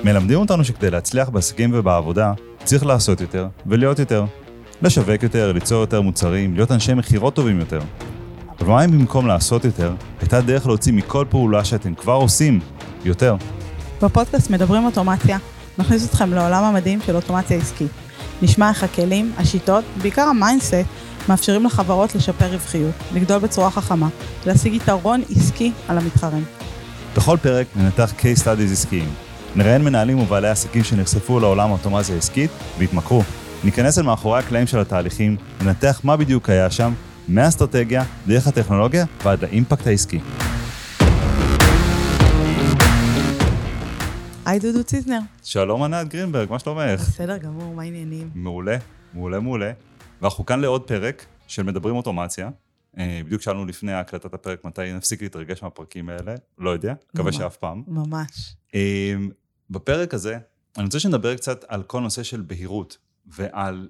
מלמדים אותנו שכדי להצליח בעסקים ובעבודה, צריך לעשות יותר ולהיות יותר. לשווק יותר, ליצור יותר מוצרים, להיות אנשי מחירות טובים יותר. אבל מה אם במקום לעשות יותר, הייתה דרך להוציא מכל פעולה שאתם כבר עושים יותר? בפודקאסט מדברים אוטומציה. נכניס אתכם לעולם המדהים של אוטומציה עסקית. נשמע איך הכלים, השיטות, בעיקר המיינדסט, מאפשרים לחברות לשפר רווחיות, לגדול בצורה חכמה, להשיג יתרון עסקי על המתחרים. בכל פרק ננתח case studies עסקיים. נראיין מנהלים ובעלי עסקים שנחשפו לעולם האוטומציה העסקית והתמכרו. ניכנס אל מאחורי הקלעים של התהליכים, ננתח מה בדיוק היה שם, מהאסטרטגיה, דרך הטכנולוגיה ועד לאימפקט העסקי. היי דודו ציזנר. שלום ענת גרינברג, מה שלומך? בסדר גמור, מה העניינים? מעולה, מעולה, מעולה. ואנחנו כאן לעוד פרק של מדברים אוטומציה. בדיוק שאלנו לפני הקלטת הפרק מתי נפסיק להתרגש מהפרקים האלה, לא יודע, מקווה שאף פעם. ממש. בפרק הזה, אני רוצה שנדבר קצת על כל נושא של בהירות, ועל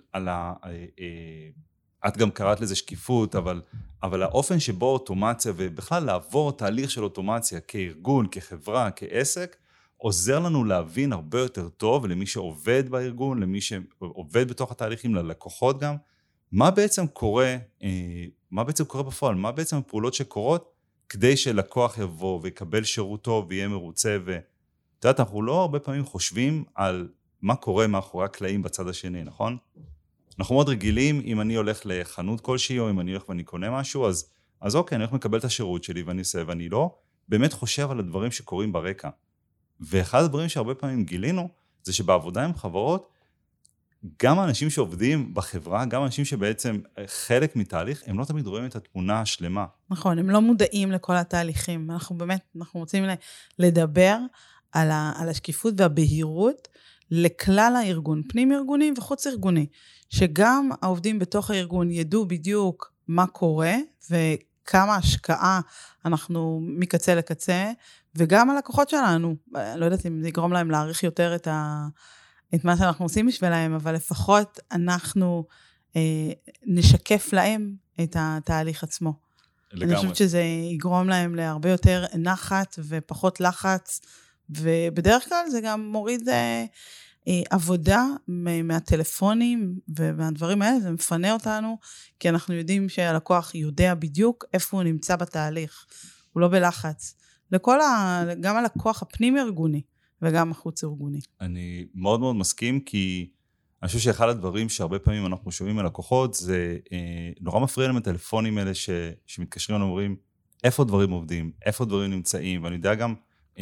את גם קראת לזה שקיפות, אבל האופן שבו אוטומציה, ובכלל לעבור תהליך של אוטומציה כארגון, כחברה, כעסק, עוזר לנו להבין הרבה יותר טוב, ולמי שעובד בארגון, למי שעובד בתוך התהליכים, ללקוחות גם, מה בעצם קורה בפועל, מה בעצם הפעולות שקורות, כדי שלקוח יבוא ויקבל שירות טוב ויהיה מרוצה, ואת יודעת, אנחנו לא הרבה פעמים חושבים על מה קורה מאחורי הקלעים בצד השני, נכון? אנחנו מאוד רגילים, אם אני הולך לחנות כלשהי, או אם אני הולך ואני קונה משהו, אז אוקיי, אני הולך לקבל את השירות שלי, ואני עושה, ואני לא באמת חושב על הדברים שקורים ברקע. ואחד הדברים שהרבה פעמים גילינו, זה שבעבודה עם חברות, גם האנשים שעובדים בחברה, גם האנשים שבעצם חלק מתהליך, הם לא תמיד רואים את התמונה השלמה. נכון, הם לא מודעים לכל התהליכים. אנחנו רוצים לדבר על השקיפות והבהירות לכלל הארגון, פנים ארגוני וחוץ ארגוני, שגם העובדים בתוך הארגון ידעו בדיוק מה קורה, וכמה השקעה אנחנו מקצה לקצה, וגם הלקוחות שלנו, לא יודעת אם זה יגרום להם להעריך יותר את מה שאנחנו עושים בשבילהם, אבל לפחות אנחנו נשקף להם את התהליך עצמו. לגמרי. אני חושבת שזה יגרום להם להרבה יותר נחת ופחות לחץ, ובדרך כלל זה גם מוריד עבודה מהטלפונים ומהדברים האלה, זה מפנה אותנו, כי אנחנו יודעים שהלקוח יודע בדיוק איפה הוא נמצא בתהליך, הוא לא בלחץ. גם הלקוח הפנים ארגוני, וגם החוץ ארגוני. אני מאוד מאוד מסכים, כי אני חושב שאחד הדברים שהרבה פעמים אנחנו שומעים מלקוחות, זה נורא מפריע להם הטלפונים האלה שמתקשרים ואומרים, איפה דברים עובדים, איפה דברים נמצאים, ואני יודע גם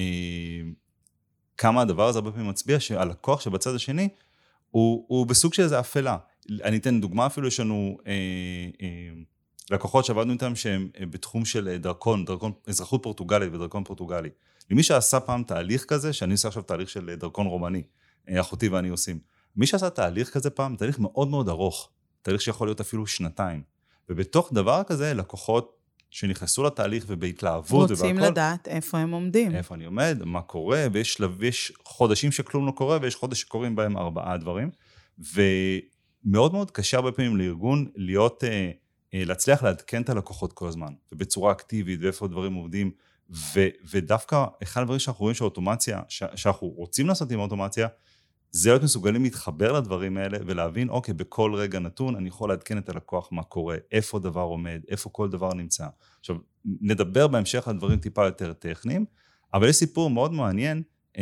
כמה הדבר הזה הרבה פעמים מצביע, שהלקוח שבצד השני, הוא בסוג של איזו אפלה. אני אתן דוגמה אפילו, יש לנו לקוחות שעבדנו איתם שהם בתחום של דרכון, אזרחות פורטוגלית ודרכון פורטוגלי. למי שעשה פעם תהליך כזה, שאני עושה עכשיו תהליך של דרכון רומני, אחותי ואני עושים. מי שעשה תהליך כזה פעם, תהליך מאוד מאוד ארוך, תהליך שיכול להיות אפילו 2 ובתוך דבר כזה, לקוחות שנכנסו לתהליך ובהתלהבות רוצים לדעת איפה הם עומדים. איפה אני עומד, מה קורה, ויש חודשים שכלום לא קורה, ויש חודש שקורים בהם 4 דברים, ומאוד מאוד קשה הרבה פעמים לארגון להצליח לעדכן את הלקוחות כל הזמן, ובצורה אקטיבית, ואיפה הדברים עובדים, ודווקא אחד הדברים שאנחנו רואים שהאוטומציה, שאנחנו רוצים לעשות עם האוטומציה, זה להיות מסוגלים להתחבר לדברים האלה, ולהבין, אוקיי, בכל רגע נתון, אני יכול לעדכן את הלקוח מה קורה, איפה דבר עומד, איפה כל דבר נמצא. עכשיו, נדבר בהמשך על דברים טיפה יותר טכניים, אבל יש סיפור מאוד מעניין,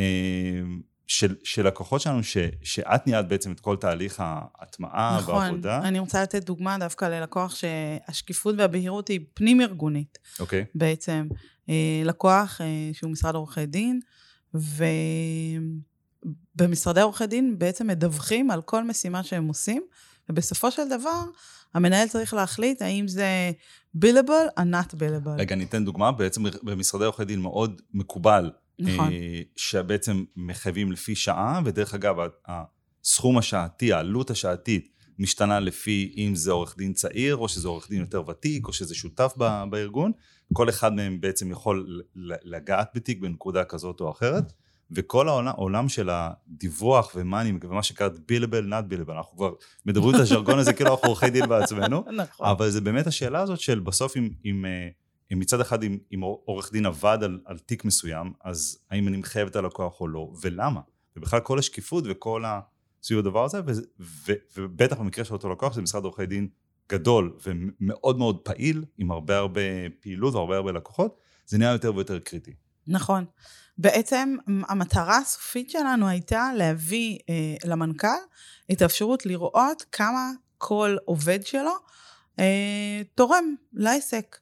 של לקוחות שלנו, שאת ניהלת בעצם את כל תהליך ההטמעה בעבודה. נכון, אני רוצה לתת דוגמה דווקא ללקוח שהשקיפות והבהירות היא פנים ארגונית. אוקיי. בעצם, לקוח שהוא משרד עורכי דין, ובמשרדי עורכי דין בעצם מדווחים על כל משימה שהם עושים, ובסופו של דבר, המנהל צריך להחליט האם זה billable או not billable. רגע, ניתן דוגמה, בעצם במשרדי עורכי דין מאוד מקובל, נכון. שבעצם מחייבים לפי שעה, ודרך אגב, הסכום השעתי, העלות השעתית, משתנה לפי אם זה עורך דין צעיר, או שזה עורך דין יותר ותיק, או שזה שותף בארגון. כל אחד מהם בעצם יכול לגעת בתיק בנקודה כזאת או אחרת, וכל העולם של הדיווח ומאני, ומה שקראת billable, not billable, אנחנו כבר מדברים את הז'רגון הזה כאילו אנחנו עורכי דין בעצמנו, נכון. אבל זה באמת השאלה הזאת של בסוף אם מצד אחד אם עורך דין עבד על תיק מסוים, אז האם אני מחייב את הלקוח או לא, ולמה? ובכלל כל השקיפות וכל סביב הדבר הזה, ובטח במקרה של אותו לקוח, זה משרד עורכי דין גדול ומאוד מאוד פעיל, עם הרבה פעילות והרבה לקוחות, זה נהיה יותר ויותר קריטי. נכון. בעצם המטרה הסופית שלנו הייתה להביא למנכ"ל את האפשרות לראות כמה כל עובד שלו תורם לעסק.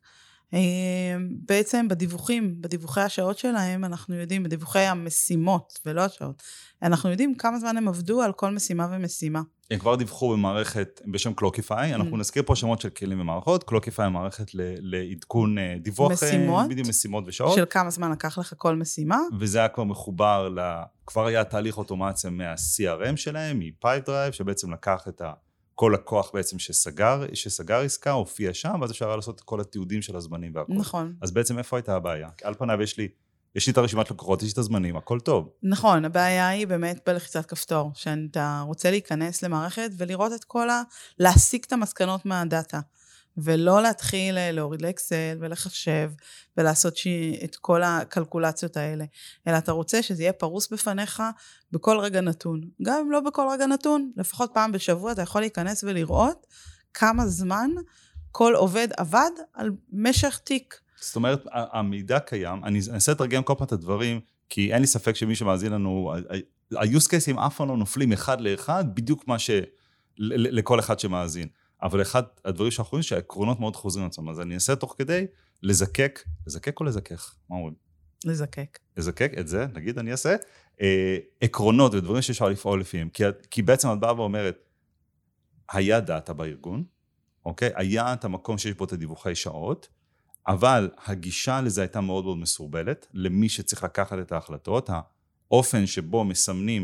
בעצם בדיווחי השעות שלהם, אנחנו יודעים, בדיווחי המשימות ולא השעות, אנחנו יודעים כמה זמן הם עבדו על כל משימה ומשימה. הם כבר דיווחו במערכת בשם קלוקיפיי, אנחנו נזכיר פה שמות של כלים ומערכות, קלוקיפיי מערכת לעדכון דיווח, בדיוק משימות ושעות. של כמה זמן לקח לך כל משימה. וזה היה כבר מחובר, כבר היה תהליך אוטומציה מה-CRM שלהם, מפייפדרייב, שבעצם לקח את כל לקוח בעצם שסגר עסקה, הופיע שם, ואז אפשר לעשות את כל התיעודים של הזמנים והכל. נכון. אז בעצם איפה הייתה הבעיה? על פניו יש לי את הרשימת לקוחות, יש לי את הזמנים, הכל טוב. נכון, הבעיה היא באמת בלחיצת כפתור, שאתה רוצה להיכנס למערכת ולראות את להסיק את המסקנות מהדאטה, ולא להתחיל להוריד לאקסל ולחשב, ולעשות את כל הקלקולציות האלה, אלא אתה רוצה שזה יהיה פרוס בפניך בכל רגע נתון. גם אם לא בכל רגע נתון, לפחות פעם בשבוע אתה יכול להיכנס ולראות כמה זמן כל עובד עבד על משך תיק. זאת אומרת, המידע קיים, אני אנסה לתרגם כל פעם את הדברים, כי אין לי ספק שמי שמאזין לנו, ה-use cases אף פעם לא נופלים אחד לאחד, בדיוק מה לכל אחד שמאזין. אבל אחד הדברים שאנחנו רואים שהעקרונות מאוד חוזרים לעצמם, אז אני אנסה תוך כדי לזקק או לזכך? מה אומרים? לזקק. לזקק את זה, נגיד אני אעשה, עקרונות ודברים שאפשר לפעול לפיהם, כי בעצם את באה ואומרת, היה דאטה בארגון, אוקיי? היה את המקום שיש בו את הדיווחי שעות, אבל הגישה לזה הייתה מאוד מאוד מסורבלת, למי שצריך לקחת את ההחלטות, האופן שבו מסמנים,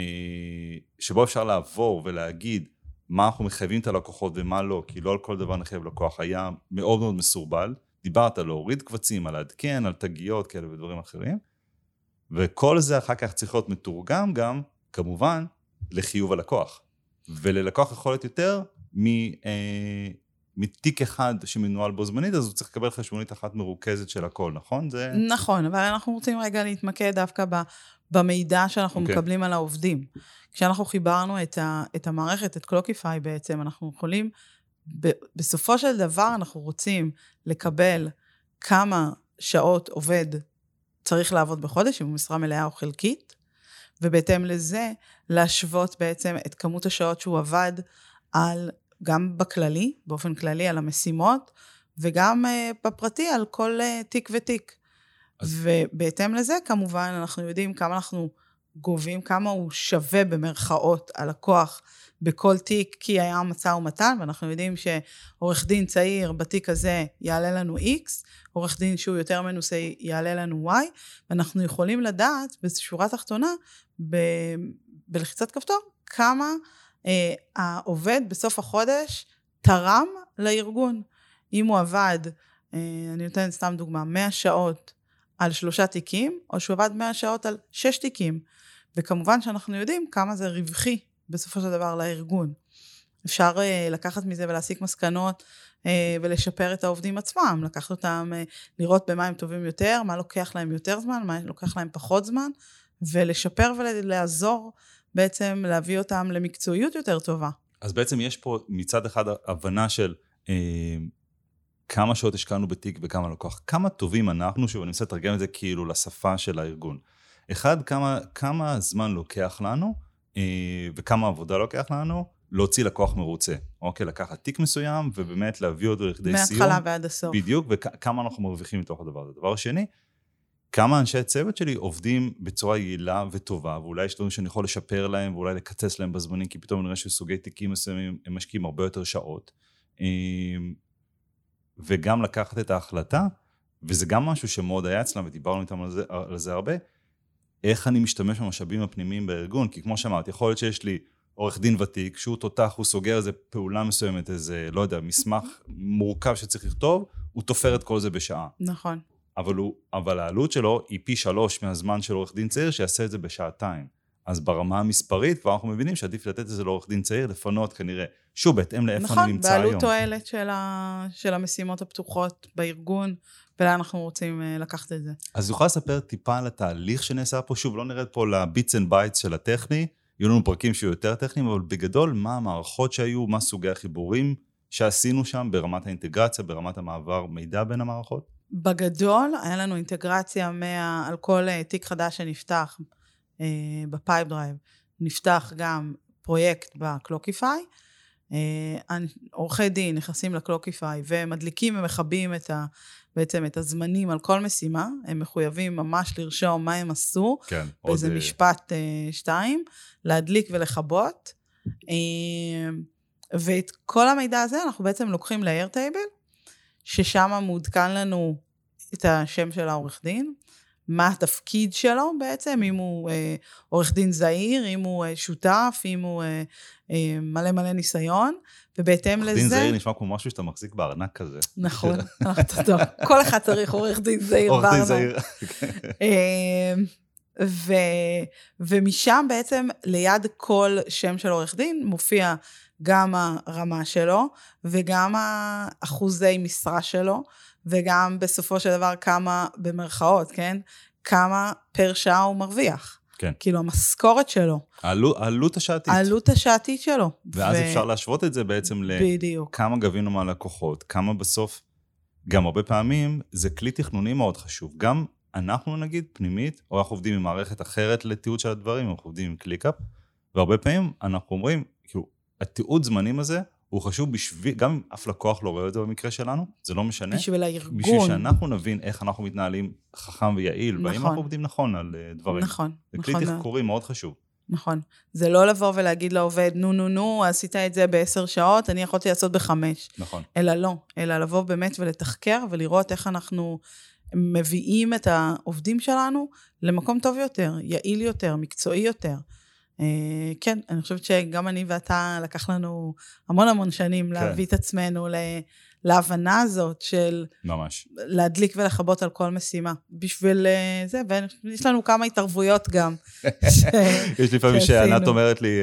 שבו אפשר לעבור ולהגיד, מה אנחנו מחייבים את הלקוחות ומה לא, כי לא על כל דבר נחייב לקוח, היה מאוד מאוד מסורבל, דיברת על להוריד קבצים, על לעדכן, על תגיות כאלה ודברים אחרים, וכל זה אחר כך צריך להיות מתורגם גם, כמובן, לחיוב הלקוח, וללקוח יכול להיות יותר מתיק אחד שמנוהל בו זמנית, אז הוא צריך לקבל חשבונית אחת מרוכזת של הכל, נכון? נכון, אבל אנחנו רוצים רגע להתמקד דווקא במידע שאנחנו מקבלים על העובדים. כשאנחנו חיברנו את המערכת, את קלוקיפיי בעצם, אנחנו יכולים, בסופו של דבר אנחנו רוצים לקבל כמה שעות עובד צריך לעבוד בחודש, אם הוא משרה מלאה או חלקית, ובהתאם לזה להשוות בעצם את כמות השעות שהוא עבד גם בכללי, באופן כללי על המשימות, וגם בפרטי על כל תיק ותיק. ובהתאם לזה כמובן אנחנו יודעים כמה אנחנו גובים, כמה הוא שווה במרכאות הלקוח בכל תיק, כי היה מצא ומתן, ואנחנו יודעים שעורך דין צעיר בתיק הזה יעלה לנו X, עורך דין שהוא יותר מנוסה יעלה לנו Y, ואנחנו יכולים לדעת בשורה תחתונה, בלחיצת כפתור, כמה העובד בסוף החודש תרם לארגון. אם הוא עבד, אני נותנת סתם דוגמה, 100 שעות על 3 תיקים, או שהוא עבד 100 שעות על 6 תיקים. וכמובן שאנחנו יודעים כמה זה רווחי בסופו של דבר לארגון. אפשר לקחת מזה ולהסיק מסקנות ולשפר את העובדים עצמם, לקחת אותם, לראות במה הם טובים יותר, מה לוקח להם יותר זמן, מה לוקח להם פחות זמן, ולשפר ולעזור בעצם להביא אותם למקצועיות יותר טובה. אז בעצם יש פה מצד אחד הבנה של כמה שעות השקענו בתיק וכמה לקוח, כמה טובים אנחנו, שוב אני מנסה לתרגם את זה כאילו לשפה של הארגון. אחד, כמה זמן לוקח לנו, וכמה עבודה לוקח לנו, להוציא לקוח מרוצה. אוקיי, לקחת תיק מסוים, ובאמת להביא אותו לכדי סיום. מההתחלה ועד הסוף. בדיוק, וכמה אנחנו מרוויחים מתוך הדבר הזה. דבר שני, כמה אנשי הצוות שלי עובדים בצורה יעילה וטובה, ואולי יש דברים שאני יכול לשפר להם, ואולי לקצץ להם בזמנים, כי פתאום נראה שסוגי תיקים מסוימים, הם משקיעים הרבה יותר שעות. וגם לקחת את ההחלטה, וזה גם משהו שמאוד היה אצלם, ודיברנו איתם על זה הרבה, איך אני משתמש במשאבים הפנימיים בארגון, כי כמו שאמרת, יכול להיות שיש לי עורך דין ותיק, שהוא תותח, הוא סוגר איזה פעולה מסוימת, איזה, לא יודע, מסמך מורכב שצריך לכתוב, הוא תופר את כל זה בשעה. נכון. אבל העלות שלו היא פי 3 מהזמן של עורך דין צעיר, שיעשה את זה בשעתיים. אז ברמה המספרית, כבר אנחנו מבינים שעדיף לתת את זה לעורך דין צעיר, לפנות כנראה, שוב, בהתאם לאיפה אני נמצא היום. נכון, בעלות תועלת של המשימות הפתוחות בארגון, ולאן אנחנו רוצים לקחת את זה. אז יוכל לספר טיפה על התהליך שנעשה פה, שוב, לא נרד פה לביטס אנד בייטס של הטכני, יהיו לנו פרקים שיהיו יותר טכניים, אבל בגדול, מה המערכות שהיו, מה סוגי החיבורים שעשינו שם ברמת האינטגרציה, ברמת המעבר מידע בין המערכות? בגדול, היה לנו אינטגרציה על כל תיק חדש שנפתח בפייפ דרייב, נפתח גם פרויקט בקלוקיפיי, עורכי דין נכנסים לקלוקיפיי ומדליקים ומחבים בעצם את הזמנים על כל משימה, הם מחויבים ממש לרשום מה הם עשו, כן, באיזה משפט 2, להדליק ולחבות, ואת כל המידע הזה אנחנו בעצם לוקחים ל-Airtable, ששם מעודכן לנו את השם של העורך דין, מה התפקיד שלו בעצם, אם הוא עורך דין זהיר, אם הוא שותף, אם הוא מלא ניסיון, ובהתאם לזה... עורך דין זהיר נשמע כמו משהו שאתה מחזיק בארנק כזה. נכון, טוב, כל אחד צריך עורך דין זהיר בארנק. עורך דין זהיר. ומשם בעצם ליד כל שם של עורך דין מופיע גם הרמה שלו, וגם האחוזי משרה שלו, וגם בסופו של דבר כמה במרכאות, כן? כמה פר שעה הוא מרוויח. כן. כאילו המשכורת שלו. העלות השעתית. העלות השעתית שלו. ואז אפשר להשוות את זה בעצם לכמה גבינו מהלקוחות, כמה בסוף, גם הרבה פעמים, זה כלי תכנוני מאוד חשוב. גם אנחנו נגיד פנימית, או אנחנו עובדים עם מערכת אחרת לתיעוד של הדברים, אנחנו עובדים עם קליקאפ, והרבה פעמים אנחנו אומרים, כאילו, התיעוד זמנים הזה, הוא חשוב בשביל, גם אם אף לקוח לא רואה את זה במקרה שלנו, זה לא משנה. בשביל הארגון. בשביל שאנחנו נבין איך אנחנו מתנהלים חכם ויעיל, נכון. והאם אנחנו עובדים נכון על דברים. נכון. זה כלי תחקורי מאוד חשוב. נכון. זה לא לבוא ולהגיד לעובד, נו, עשית את זה ב10 שעות, אני יכולתי לעשות ב5. נכון. אלא לא. אלא לבוא באמת ולתחקר, ולראות איך אנחנו מביאים את העובדים שלנו למקום טוב יותר, יעיל יותר, מקצועי יותר. כן, אני חושבת שגם אני ואתה לקח לנו המון שנים להביא את עצמנו להבנה הזאת של ממש. להדליק ולחבות על כל משימה. בשביל זה, ויש לנו כמה התערבויות גם. יש לפעמים שענת אומרת לי,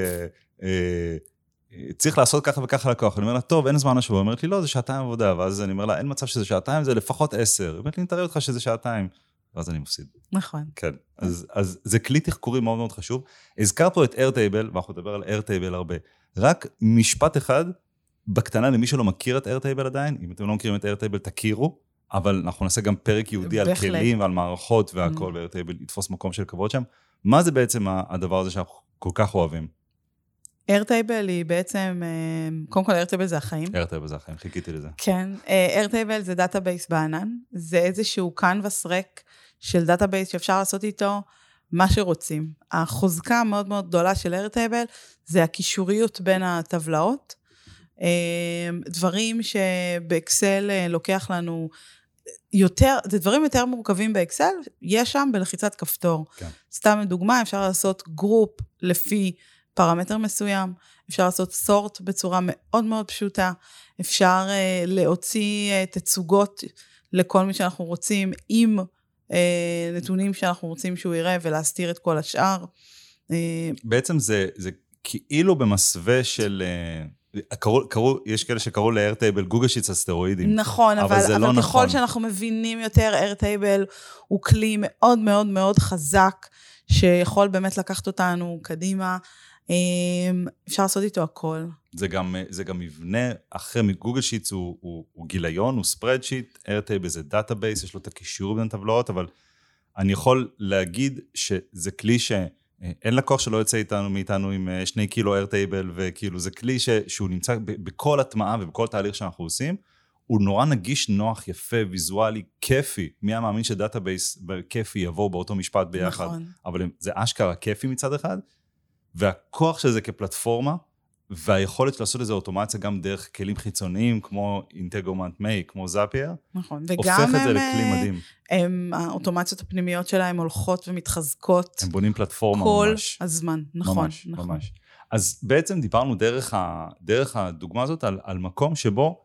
צריך לעשות ככה וככה לקוח. אני אומר לה, טוב, אין זמן השבוע. היא אומרת לי, לא, זה שעתיים עבודה. ואז אני אומר לה, אין מצב שזה שעתיים, זה לפחות 10. היא אומרת לי, נתראה אותך שזה שעתיים. ואז אני מפסיד. נכון. כן, אז זה כלי תחקורי מאוד מאוד חשוב. הזכרת פה את Airtable, ואנחנו נדבר על Airtable הרבה. רק משפט אחד, בקטנה למי שלא מכיר את Airtable עדיין, אם אתם לא מכירים את Airtable תכירו, אבל אנחנו נעשה גם פרק יהודי על כלים ועל מערכות והכל, ו-Airtable יתפוס מקום של כבוד שם. מה זה בעצם הדבר הזה שאנחנו כל כך אוהבים? Airtable היא בעצם, קודם כל Airtable זה החיים. Airtable זה החיים, חיכיתי לזה. כן, Airtable זה דאטאבייס בענן, זה איזשהו קנבס ריק של דאטאבייס שאפשר לעשות איתו מה שרוצים. החוזקה מאוד מאוד גדולה של Airtable זה הקישוריות בין הטבלאות, דברים שבאקסל לוקח לנו יותר, זה דברים יותר מורכבים באקסל, יש שם בלחיצת כפתור. כן. סתם דוגמה, אפשר לעשות גרופ לפי פרמטר מסוים, אפשר לעשות סורט בצורה מאוד מאוד פשוטה, אפשר להוציא תצוגות לכל מי שאנחנו רוצים, עם נתונים שאנחנו רוצים שהוא יראה, ולהסתיר את כל השאר. בעצם זה כאילו במסווה של... יש כאלה שקראו ל-Airtable גוגל שיטס הסטרואידים. נכון, אבל ככל שאנחנו מבינים יותר, Airtable הוא כלי מאוד מאוד מאוד חזק, שיכול באמת לקחת אותנו קדימה, אפשר לעשות איתו הכל. זה גם מבנה אחר מגוגל שיטס, הוא גיליון, הוא ספרדשיט, Airtable זה דאטאבייס, יש לו את הקישור בין טבלאות, אבל אני יכול להגיד שזה כלי אין לקוח שלא יוצא מאיתנו עם 2 קילו Airtable, וכאילו זה כלי שהוא נמצא בכל הטמעה ובכל תהליך שאנחנו עושים, הוא נורא נגיש, נוח, יפה, ויזואלי, כיפי. מי המאמין שדאטאבייס כיפי יבוא באותו משפט ביחד? נכון. אבל זה אשכרה כיפי מצד אחד, והכוח של זה כפלטפורמה, והיכולת לעשות איזו אוטומציה גם דרך כלים חיצוניים, כמו אינטגרומנט מיי, כמו זאפייר, נכון. הופך את זה לכלי מדהים. האוטומציות הפנימיות שלהם הולכות ומתחזקות. הם בונים פלטפורמה ממש. כל הזמן, נכון. ממש. אז בעצם דיברנו דרך הדוגמה הזאת על מקום שבו,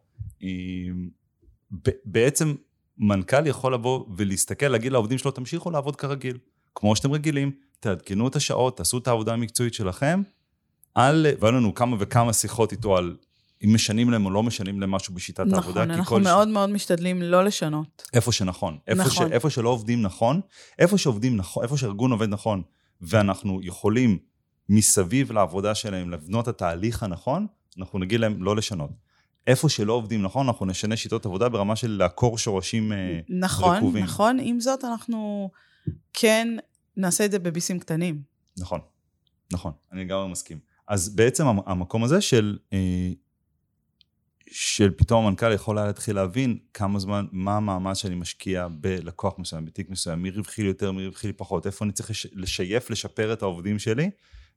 בעצם מנכ"ל יכול לבוא ולהסתכל, להגיד לעובדים שלו, תמשיכו לעבוד כרגיל. כמו שאתם רגילים, תעדכנו את השעות, תעשו את העבודה המקצועית שלכם, והיו לנו כמה וכמה שיחות איתו על אם משנים להם או לא משנים להם משהו בשיטת העבודה. נכון, אנחנו מאוד מאוד משתדלים לא לשנות. איפה שנכון. איפה שלא עובדים נכון, איפה שארגון עובד נכון, ואנחנו יכולים מסביב לעבודה שלהם לבנות את התהליך הנכון, אנחנו נגיד להם לא לשנות. איפה שלא עובדים נכון, אנחנו נשנה שיטות עבודה ברמה של לעקור שורשים רקובים. נכון. עם זאת, אנחנו כן נעשה את זה בביסים קטנים. נכון. אני גם מסכים. אז בעצם המקום הזה של פתאום המנכ"ל יכול היה להתחיל להבין כמה זמן, מה המאמץ שאני משקיע בלקוח מסוים, בתיק מסוים, מי רווחי לי יותר, מי רווחי לי פחות, איפה אני צריך לשפר את העובדים שלי,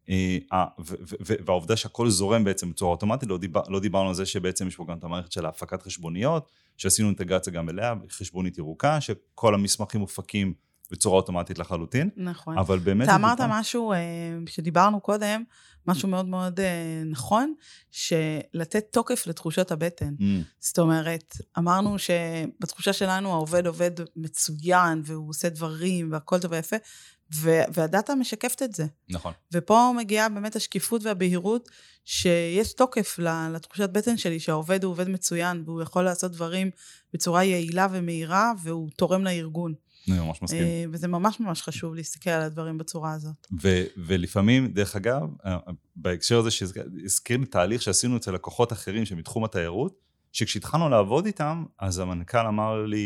והעובדה שהכל זורם בעצם בצורה אוטומטית, לא דיברנו על זה שבעצם יש פה גם את המערכת של ההפקת חשבוניות, שעשינו אינטגרציה גם אליה, חשבונית ירוקה, שכל המסמכים מופקים בצורה אוטומטית לחלוטין. נכון. אבל באמת... אתה אמרת משהו שדיברנו קודם, משהו מאוד מאוד נכון, שלתת תוקף לתחושות הבטן. זאת אומרת, אמרנו שבתחושה שלנו העובד עובד מצוין, והוא עושה דברים, והכל טוב ויפה, והדאטה משקפת את זה. נכון. ופה מגיעה באמת השקיפות והבהירות, שיש תוקף לתחושת בטן שלי, שהעובד הוא עובד מצוין, והוא יכול לעשות דברים בצורה יעילה ומהירה, והוא תורם לארגון. אני ממש מסכים. וזה ממש ממש חשוב להסתכל על הדברים בצורה הזאת. ולפעמים, דרך אגב, בהקשר הזה שהזכיר לי תהליך שעשינו אצל לקוחות אחרים שמתחום התיירות, שכשהתחלנו לעבוד איתם, אז המנכ"ל אמר לי,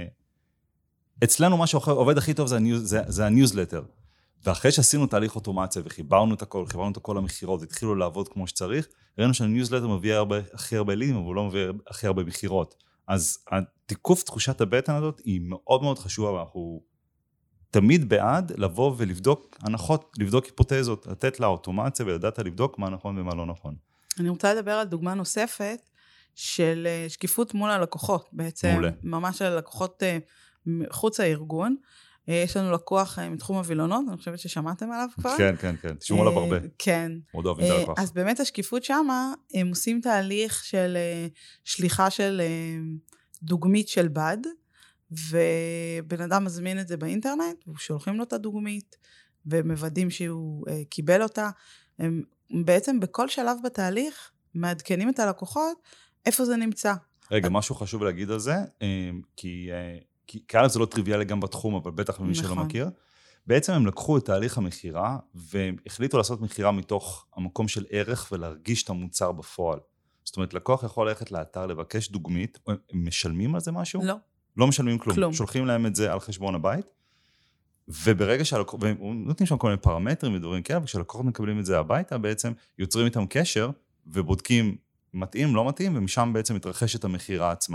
אצלנו מה שעובד הכי טוב זה הניוזלטר. ואחרי שעשינו תהליך אוטומציה וחיברנו את הכל למחירות, והתחילו לעבוד כמו שצריך, ראינו שהניוזלטר מביא הכי הרבה לידים, אבל הוא לא מביא הכי הרבה מחירות. אז התיקוף תחושת הבטן הזאת היא מאוד מאוד חשובה, ואנחנו תמיד בעד לבוא ולבדוק הנחות, לבדוק היפותזות, לתת לה אוטומציה ולדעת לבדוק מה נכון ומה לא נכון. אני רוצה לדבר על דוגמה נוספת של שקיפות מול הלקוחות, בעצם ממש על לקוחות חוץ הארגון. יש לנו לקוח מתחום הווילונות, אני חושבת ששמעתם עליו כבר. כן, תשמעו עליו הרבה. כן. מאוד אוהבים את הלקוח. אז באמת השקיפות שמה, הם עושים תהליך של שליחה של דוגמית של בד, ובן אדם מזמין את זה באינטרנט, ושולחים לו את הדוגמית, ומוודאים שהוא קיבל אותה. הם בעצם בכל שלב בתהליך, מעדכנים את הלקוחות, איפה זה נמצא. רגע, משהו חשוב להגיד על זה, כי כאלה זה לא טריוויאלי גם בתחום, אבל בטח למי שלא מכיר. בעצם הם לקחו את תהליך המחירה, והם החליטו לעשות מחירה מתוך המקום של ערך, ולהרגיש את המוצר בפועל. זאת אומרת, לקוח יכול ללכת לאתר, לבקש דוגמית, הם משלמים על זה משהו? לא. לא משלמים כלום. שולחים להם את זה על חשבון הבית, וברגע שהלקוח, והם נותנים שם כל מיני פרמטרים ודברים כאלה, וכשהלקוחות מקבלים את זה הביתה, בעצם יוצרים איתם קשר, ובודקים מתאים, לא מתאים, ומשם בעצם מתרחשת המחירה עצמה.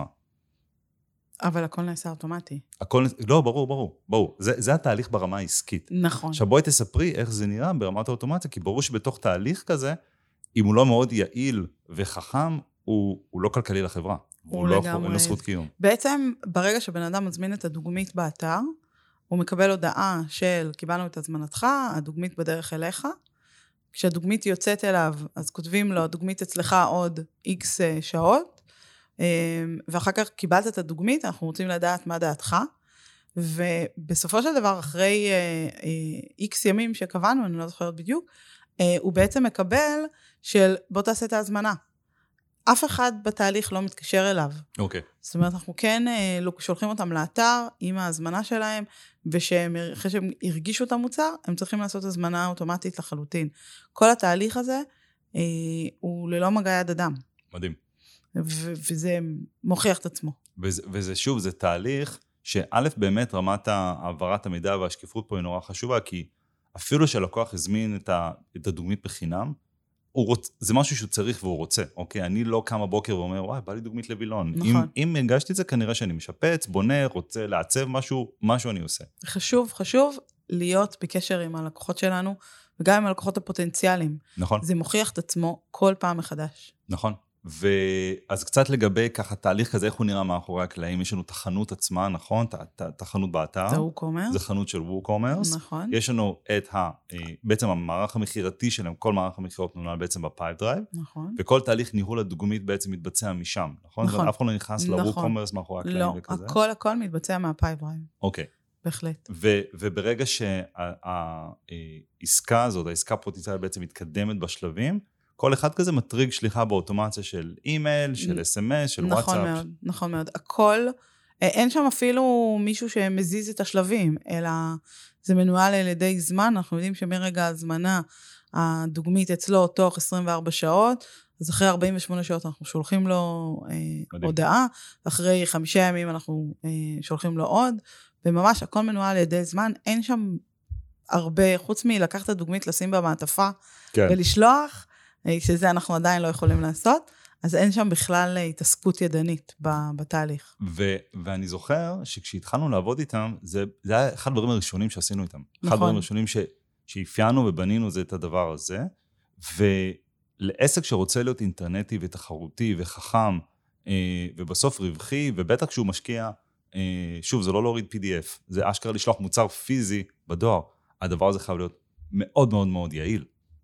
אבל הכל נעשה אוטומטי. לא, ברור. זה התהליך ברמה העסקית. נכון. עכשיו בואי תספרי איך זה נראה ברמת האוטומציה, כי ברור שבתוך תהליך כזה, אם הוא לא מאוד יעיל וחכם, הוא לא כלכלי לחברה. הוא לא אין לו זכות קיום. בעצם ברגע שבן אדם מזמין את הדוגמית באתר, הוא מקבל הודעה של קיבלנו את הזמנתך, הדוגמית בדרך אליך. כשהדוגמית יוצאת אליו, אז כותבים לו, הדוגמית אצלך עוד X שעות, ואחר כך קיבלת את הדוגמית, אנחנו רוצים לדעת מה דעתך, ובסופו של דבר, אחרי X ימים שקבענו, אני לא זוכרת בדיוק, הוא בעצם מקבל של בוא תעשה את ההזמנה. אף אחד בתהליך לא מתקשר אליו. אוקיי. זאת אומרת, אנחנו כן שולחים אותם לאתר עם ההזמנה שלהם, ואחרי שהם הרגישו את המוצר, הם צריכים לעשות הזמנה אוטומטית לחלוטין. כל התהליך הזה הוא ללא מגע יד אדם. מדהים. וזה מוכיח את עצמו. וזה שוב, זה תהליך שא' באמת רמת העברת המידע והשקיפות פה היא נורא חשובה, כי אפילו שהלקוח הזמין את הדוגמית בחינם, זה משהו שהוא צריך והוא רוצה, אוקיי? אני לא קם בבוקר ואומר, וואי, בא לי דוגמית לווילון. נכון. אם הגשתי את זה, כנראה שאני משפץ, בונה, רוצה לעצב משהו אני עושה. חשוב להיות בקשר עם הלקוחות שלנו, וגם עם הלקוחות הפוטנציאליים. נכון. זה מוכיח את עצמו כל פעם מחדש. נכון. אז קצת לגבי ככה תהליך כזה, איך הוא נראה מאחורי הקלעים, יש לנו את החנות עצמה, נכון? את החנות באתר. זה ווקומרס. זה חנות של ווקומרס. נכון. יש לנו בעצם המערך המחירתי שלהם, כל מערך המחירות מנוהל בעצם בפייפ דרייב. נכון. וכל תהליך ניהול הדוגמית בעצם מתבצע משם, נכון? נכון. אף אחד לא נכנס לווקומרס מאחורי הקלעים וכזה. לא, הכל מתבצע מהפייפ דרייב. אוקיי. בהחלט. וברגע שהעסקה הזאת, העסקה הפוטנציאלית בעצם מתקדמת בשלבים, כל אחד כזה מטריג שליחה באוטומציה של אימייל, של SMS, של וואטסאפ. נכון מאוד, נכון מאוד. הכל, אין שם אפילו מישהו שמזיז את השלבים, אלא זה מנוהל על ידי זמן, אנחנו יודעים שמרגע ההזמנה, הדוגמית אצלו תוך 24 שעות, אז אחרי 48 שעות אנחנו שולחים לו הודעה, אחרי 5 ימים אנחנו שולחים לו עוד, וממש הכל מנוהל על ידי זמן, אין שם הרבה, חוץ מלקח את הדוגמית, לשים במעטפה, כן. ולשלוח, שזה אנחנו עדיין לא יכולים לעשות, אז אין שם בכלל התעסקות ידנית בתהליך. ואני זוכר שכשהתחלנו לעבוד איתם, זה היה אחד הדברים הראשונים שעשינו איתם. נכון. אחד הדברים הראשונים שאפיינו ובנינו זה את הדבר הזה, ולעסק שרוצה להיות אינטרנטי ותחרותי וחכם, ובסוף רווחי, ובטח כשהוא משקיע, שוב, זה לא להוריד PDF, זה אשכרה לשלוח מוצר פיזי בדואר. הדבר הזה חייב להיות מאוד מאוד מאוד יעיל.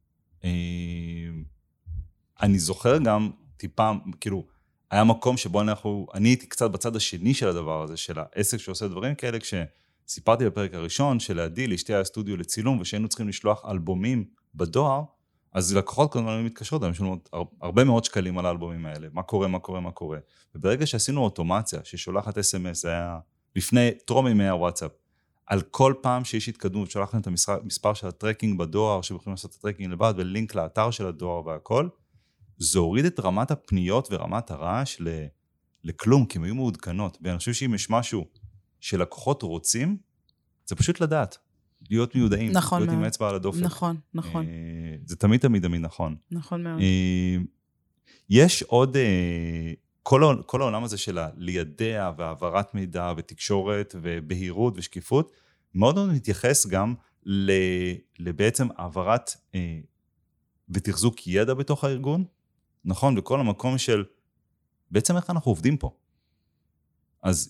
אני זוכר גם טיפה, כאילו, היה מקום שבו אני הייתי קצת בצד השני של הדבר הזה, של העסק שעושה דברים כאלה, כשסיפרתי בפרק הראשון שלעדי, לאשתי היה סטודיו לצילום, ושהיינו צריכים לשלוח אלבומים בדואר, אז לקוחות כל הזמן מתקשרות, יש לנו הרבה מאוד שקלים על האלבומים האלה, מה קורה. וברגע שעשינו אוטומציה, ששולחת SMS, זה היה לפני טרום ימי הוואטסאפ, על כל פעם שיש התקדמות, שלחנו את המספר של הטרקינג בדואר, שיכולים לעשות את הטרקינג לבד, ולינק לאתר של הדואר והכל, זה הוריד את רמת הפניות ורמת הרעש לכלום, כי הם היו מעודכנות. ואני חושב שאם יש משהו שלקוחות רוצים, זה פשוט לדעת, להיות מיודעים, נכון להיות מאוד. עם אצבע על הדופק. נכון. זה תמיד נכון. נכון מאוד. יש עוד, כל העולם הזה של לידע והעברת מידע ותקשורת ובהירות ושקיפות, מאוד מאוד מתייחס גם לבעצם העברת ותחזוק ידע בתוך הארגון, נכון? בכל המקום של בעצם איך אנחנו עובדים פה. אז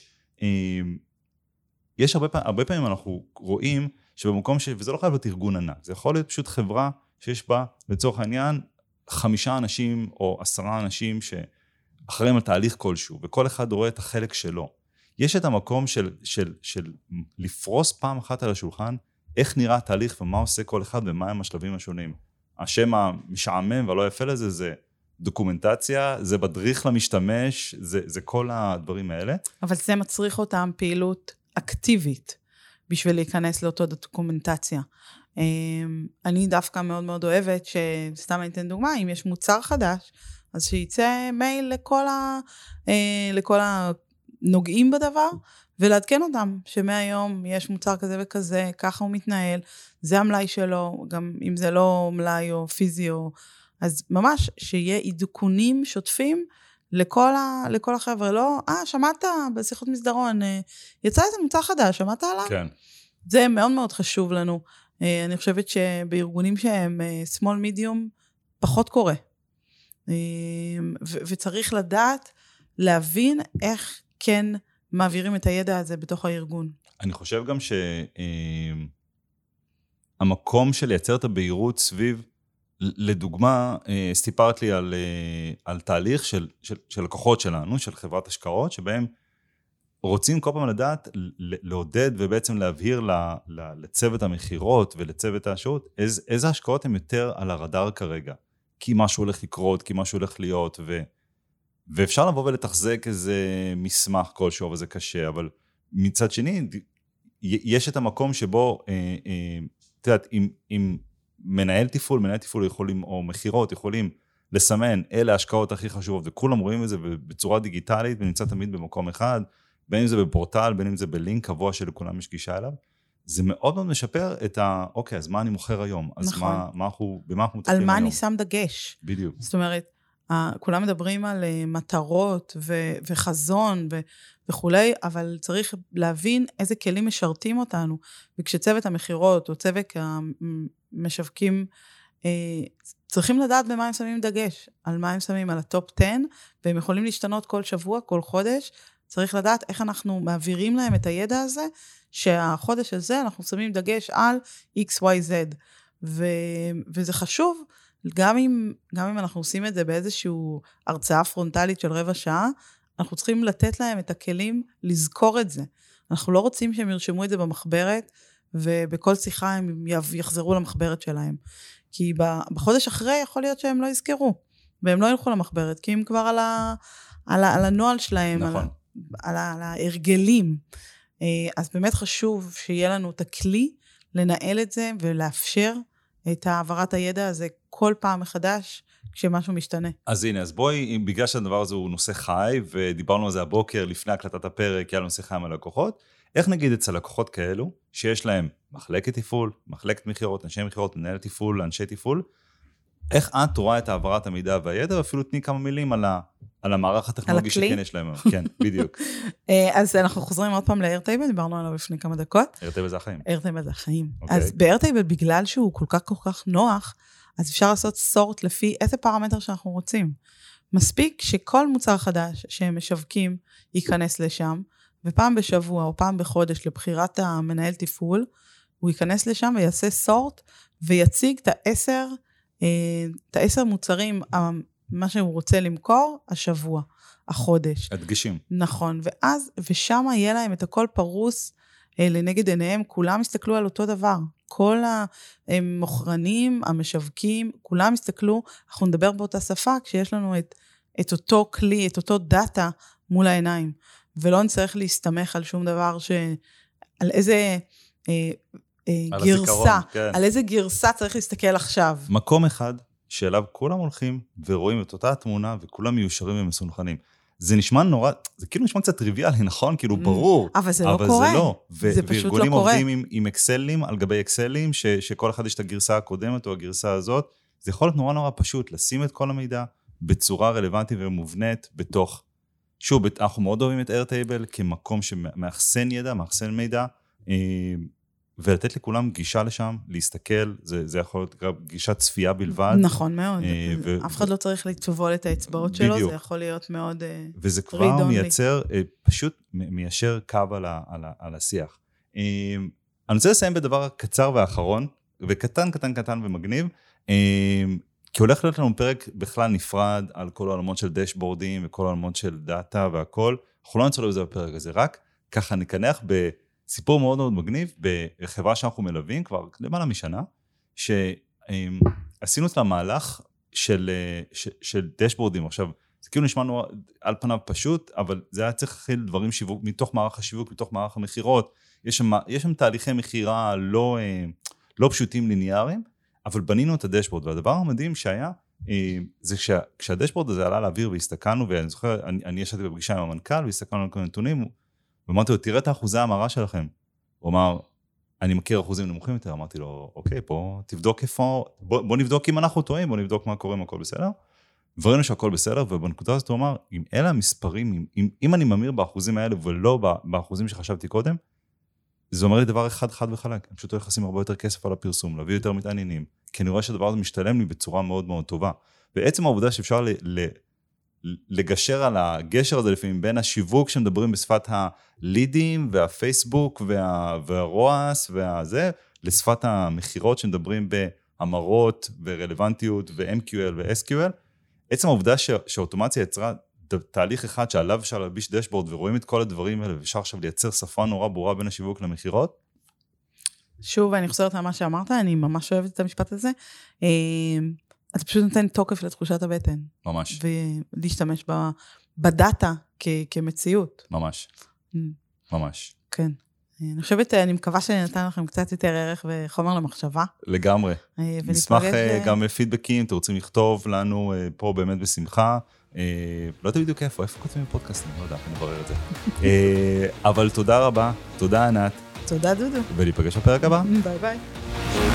יש הרבה פעמים אנחנו רואים שבמקום וזה לא חייב להיות ארגון ענק, זה יכול להיות פשוט חברה שיש בה לצורך העניין 5 אנשים או 10 אנשים שאחראים על תהליך כלשהו, וכל אחד רואה את החלק שלו. יש את המקום של לפרוס פעם אחת על השולחן, איך נראה התהליך ומה עושה כל אחד ומה הם השלבים השונים. השם המשעמם ולא יפה לזה, זה דוקומנטציה, זה מדריך למשתמש, זה כל הדברים האלה. אבל זה מצריך אותם פעילות אקטיבית, בשביל להיכנס לאותו דוקומנטציה. אני דווקא מאוד מאוד אוהבת, שסתם אני אתן דוגמה, אם יש מוצר חדש, אז שיצא מייל לכל הנוגעים בדבר, ולעדכן אותם, שמהיום יש מוצר כזה וכזה, ככה הוא מתנהל, זה המלאי שלו, גם אם זה לא מלאי או פיזי, אז ממש שיהיה עדכונים שוטפים לכל החבר'ה, לא, שמעת בשיחות מסדרון, יצא איזה מוצר חדש, שמעת עליו? כן. זה מאוד מאוד חשוב לנו. אני חושבת שבארגונים שהם small medium, פחות קורה. וצריך לדעת, להבין איך כן מעבירים את הידע הזה בתוך הארגון. אני חושב גם שהמקום של לייצר את הבהירות סביב, לדוגמה, סיפרת לי על תהליך של לקוחות שלנו, של חברת השקעות, שבהם רוצים כל פעם לדעת, לעודד ובעצם להבהיר לצוות המחירות ולצוות השירות, איזה השקעות הן יותר על הרדאר כרגע, כי משהו הולך לקרות, כי משהו הולך להיות, ואפשר לבוא ולתחזק איזה מסמך כלשהו, אבל זה קשה, אבל מצד שני, יש את המקום שבו, את יודעת, אם מנהל תפעול יכולים, או מחירות יכולים לסמן, אלה ההשקעות הכי חשובות, וכולם רואים את זה בצורה דיגיטלית, ונמצא תמיד במקום אחד, בין אם זה בפורטל, בין אם זה בלינק קבוע שלכולם יש גישה אליו, זה מאוד מאוד משפר את אוקיי, אז מה אני מוכר היום? אז נכון. במה אנחנו מטפלים היום? על מה אני שם דגש? בדיוק. זאת אומרת, כולם מדברים על מטרות וחזון וכולי, אבל צריך להבין איזה כלים משרתים אותנו, וכשצוות המחירות או צוות המשווקים, צריכים לדעת במה הם שמים דגש, על מה הם שמים, על הטופ 10, והם יכולים להשתנות כל שבוע, כל חודש, צריך לדעת איך אנחנו מעבירים להם את הידע הזה, שהחודש הזה אנחנו שמים דגש על XYZ, וזה חשוב, גם אם אנחנו עושים את זה באיזשהו הרצאה פרונטלית של 15 שעה, אנחנו צריכים לתת להם את הכלים לזכור את זה. אנחנו לא רוצים שהם ירשמו את זה במחברת, ובכל שיחה הם יחזרו למחברת שלהם. כי בחודש אחרי יכול להיות שהם לא יזכרו, והם לא ילכו למחברת, כי הם כבר על הנועל שלהם, נכון. על ההרגלים. אז באמת חשוב שיהיה לנו את הכלי לנהל את זה ולאפשר את העברת הידע הזה כל פעם מחדש כשמשהו משתנה. אז הנה, אז בואי, בגלל שהדבר הזה הוא נושא חי, ודיברנו על זה הבוקר לפני הקלטת הפרק, היה לו נושא חי עם הלקוחות, איך נגיד אצל לקוחות כאלו, שיש להם מחלקת תפעול, מחלקת מחירות, אנשי מחירות, מנהל תפעול, אנשי תפעול, איך את רואה את העברת המידע והידע, ואפילו תני כמה מילים על המערך הטכנולוגי שכן יש להם. כן, בדיוק. אז אנחנו חוזרים עוד פעם ל-Airtable, דיברנו עליו לפני כמה דקות. Airtable זה החיים. Airtable זה החיים. אז ב-Airtable, בגלל שהוא כל כך נוח, אז אפשר לעשות סורט לפי איזה פרמטר שאנחנו רוצים. מספיק שכל מוצר חדש שהם משווקים ייכנס לשם, ופעם בשבוע או פעם בחודש לבחירת המנהל תפעול, הוא ייכנס לשם ויעשה סורט, ויציג את 10 מוצרים, מה שהוא רוצה למכור, השבוע, החודש. הדגשים. נכון, ושם יהיה להם את הכל פרוס לנגד עיניהם, כולם הסתכלו על אותו דבר. כל המוכרנים, המשווקים, כולם הסתכלו, אנחנו נדבר באותה שפה, כשיש לנו את אותו כלי, את אותו דאטה מול העיניים, ולא נצטרך להסתמך על שום דבר על איזה גרסה, כן. על איזה גרסה צריך להסתכל עכשיו. מקום אחד שאליו כולם הולכים ורואים את אותה התמונה, וכולם מיושרים ומסונכנים. זה נשמע נורא, זה כאילו נשמע קצת טריוויאלי, נכון? כאילו ברור. אבל זה לא קורה. זה לא. זה פשוט לא קורה. וארגונים עובדים עם אקסלים על גבי אקסלים, שכל אחד יש את הגרסה הקודמת או הגרסה הזאת. זה יכול להיות נורא פשוט, לשים את כל המידע בצורה רלוונטית ומובנית בתוך. שוב, אנחנו מאוד אוהבים את Airtable כמקום שמאחסן ידע, מאחסן מידע, ולתת לכולם גישה לשם, להסתכל, זה יכול להיות גישת צפייה בלבד. נכון מאוד, אף אחד לא צריך לטבול את האצבעות שלו, זה יכול להיות מאוד וזה כבר מייצר, פשוט מיישר קו על השיח. אני רוצה לסיים בדבר קצר ואחרון, וקטן ומגניב, כי הולך להיות לנו פרק בכלל נפרד, על כל העולמות של דשבורדים, וכל העולמות של דאטה והכל, אנחנו לא נצא לזה בפרק הזה, רק ככה נקנח סיפור מאוד מגניב, בחברה שאנחנו מלווים כבר למעלה משנה, שעשינו את המהלך של דשבורדים. עכשיו, זה כאילו נשמע על פניו פשוט, אבל זה היה צריך להכיל דברים מתוך מערך השיווק, מתוך מערך המחירות. יש שם תהליכי מחירה לא פשוטים ליניאריים, אבל בנינו את הדשבורד, והדבר המדהים שהיה, זה כשהדשבורד הזה עלה לאוויר והסתכלנו, ואני זוכר, אני ישבתי בפגישה עם המנכ"ל, והסתכלנו על כל הנתונים, ואמרתי לו, תראה את האחוזי המרה שלכם. הוא אמר, אני מכיר אחוזים נמוכים יותר, אמרתי לו, אוקיי, פה תבדוק איפה, בוא נבדוק אם אנחנו טועים, בוא נבדוק מה קורה, אם הכל בסדר. וראינו שהכל בסדר, ובנקודה הזאת הוא אמר, אם אלה המספרים, אם אני ממיר באחוזים האלה, ולא באחוזים שחשבתי קודם, זה אומר לי דבר אחד וחלק, אני פשוט הולך לשים הרבה יותר כסף על הפרסום, להביא יותר מתעניינים, כי אני רואה שהדבר הזה משתלם לי בצורה מאוד מאוד טובה. בעצם העובדה שאפשר לגשר על הגשר הזה לפעמים בין השיווק שמדברים בשפת הלידים והפייסבוק והרואס והזה, לשפת המחירות שמדברים באמרות ורלוונטיות ו-MQL ו-SQL. עצם העובדה שהאוטומציה יצרה תהליך אחד שעליו אפשר להלביש דשבורד ורואים את כל הדברים האלה ואפשר עכשיו לייצר שפה נורא ברורה בין השיווק למחירות. שוב, אני חוזרת על מה שאמרת, אני ממש אוהבת את המשפט הזה. אתה פשוט נותן תוקף לתחושת הבטן. ממש. ולהשתמש בדאטה כמציאות. ממש. ממש. כן. אני חושבת, אני מקווה שנתן לכם קצת יותר ערך וחומר למחשבה. לגמרי. נשמח גם לפידבקים, אתם רוצים לכתוב לנו פה באמת בשמחה. לא יודעת בדיוק איפה כותבים בפודקאסטים, לא יודע, אני אברר את זה. אבל תודה רבה, תודה ענת. תודה דודו. ולהיפגש בפרק הבא. ביי ביי.